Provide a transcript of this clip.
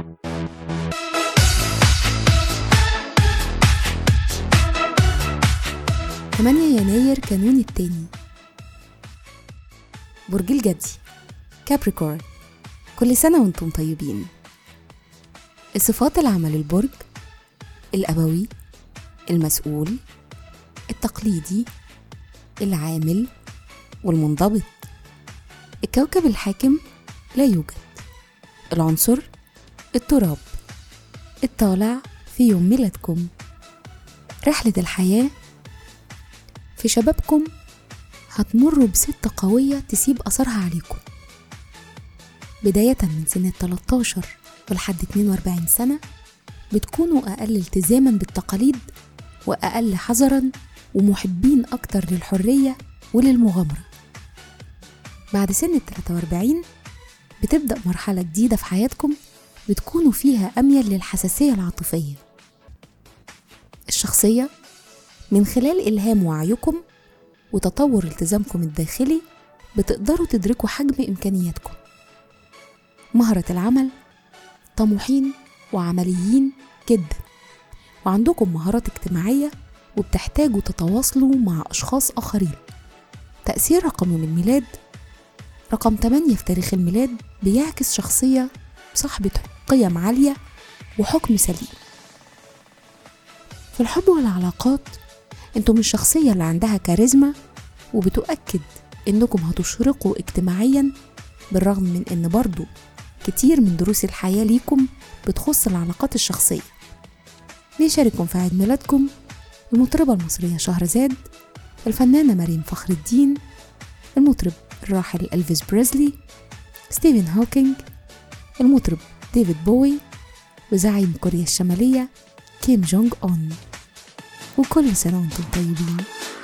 يناير كانون التاني. برج الجدي كابريكورن، كل سنة وانتم طيبين. الصفات العامة للبرج: الأبوي، المسؤول، التقليدي، العامل، والمنضبط. الكوكب الحاكم لا يوجد. العنصر: التراب. الطالع في يوم ميلادكم. رحلة الحياة: في شبابكم هتمروا بستة قوية تسيب أثرها عليكم، بداية من سن 13 ولحد 42 سنة بتكونوا أقل التزاما بالتقاليد وأقل حذرا ومحبين أكتر للحرية وللمغامرة. بعد سن 43 بتبدأ مرحلة جديدة في حياتكم بتكونوا فيها أميل للحساسية العاطفية. الشخصية: من خلال إلهام وعيكم وتطور التزامكم الداخلي بتقدروا تدركوا حجم إمكانياتكم. مهارة العمل: طموحين وعمليين جدا، وعندكم مهارات اجتماعية وبتحتاجوا تتواصلوا مع أشخاص آخرين. تأثير رقم يوم الميلاد: رقم 8 في تاريخ الميلاد بيعكس شخصية صاحبة قيم عالية وحكم سليم. في الحب والعلاقات انتم الشخصية اللي عندها كاريزما وبتؤكد انكم هتشرقوا اجتماعيا، بالرغم من ان برضو كتير من دروس الحياة ليكم بتخص العلاقات الشخصية. بيشارككم في عيد ميلادكم المطربة المصرية شهرزاد، الفنانة مريم فخر الدين، المطرب الراحل ألفيس بريزلي، ستيفن هوكينج، المطرب ديفيد بوي، وزعيم كوريا الشمالية كيم جونج أون. وكل سنة وانتم طيبين.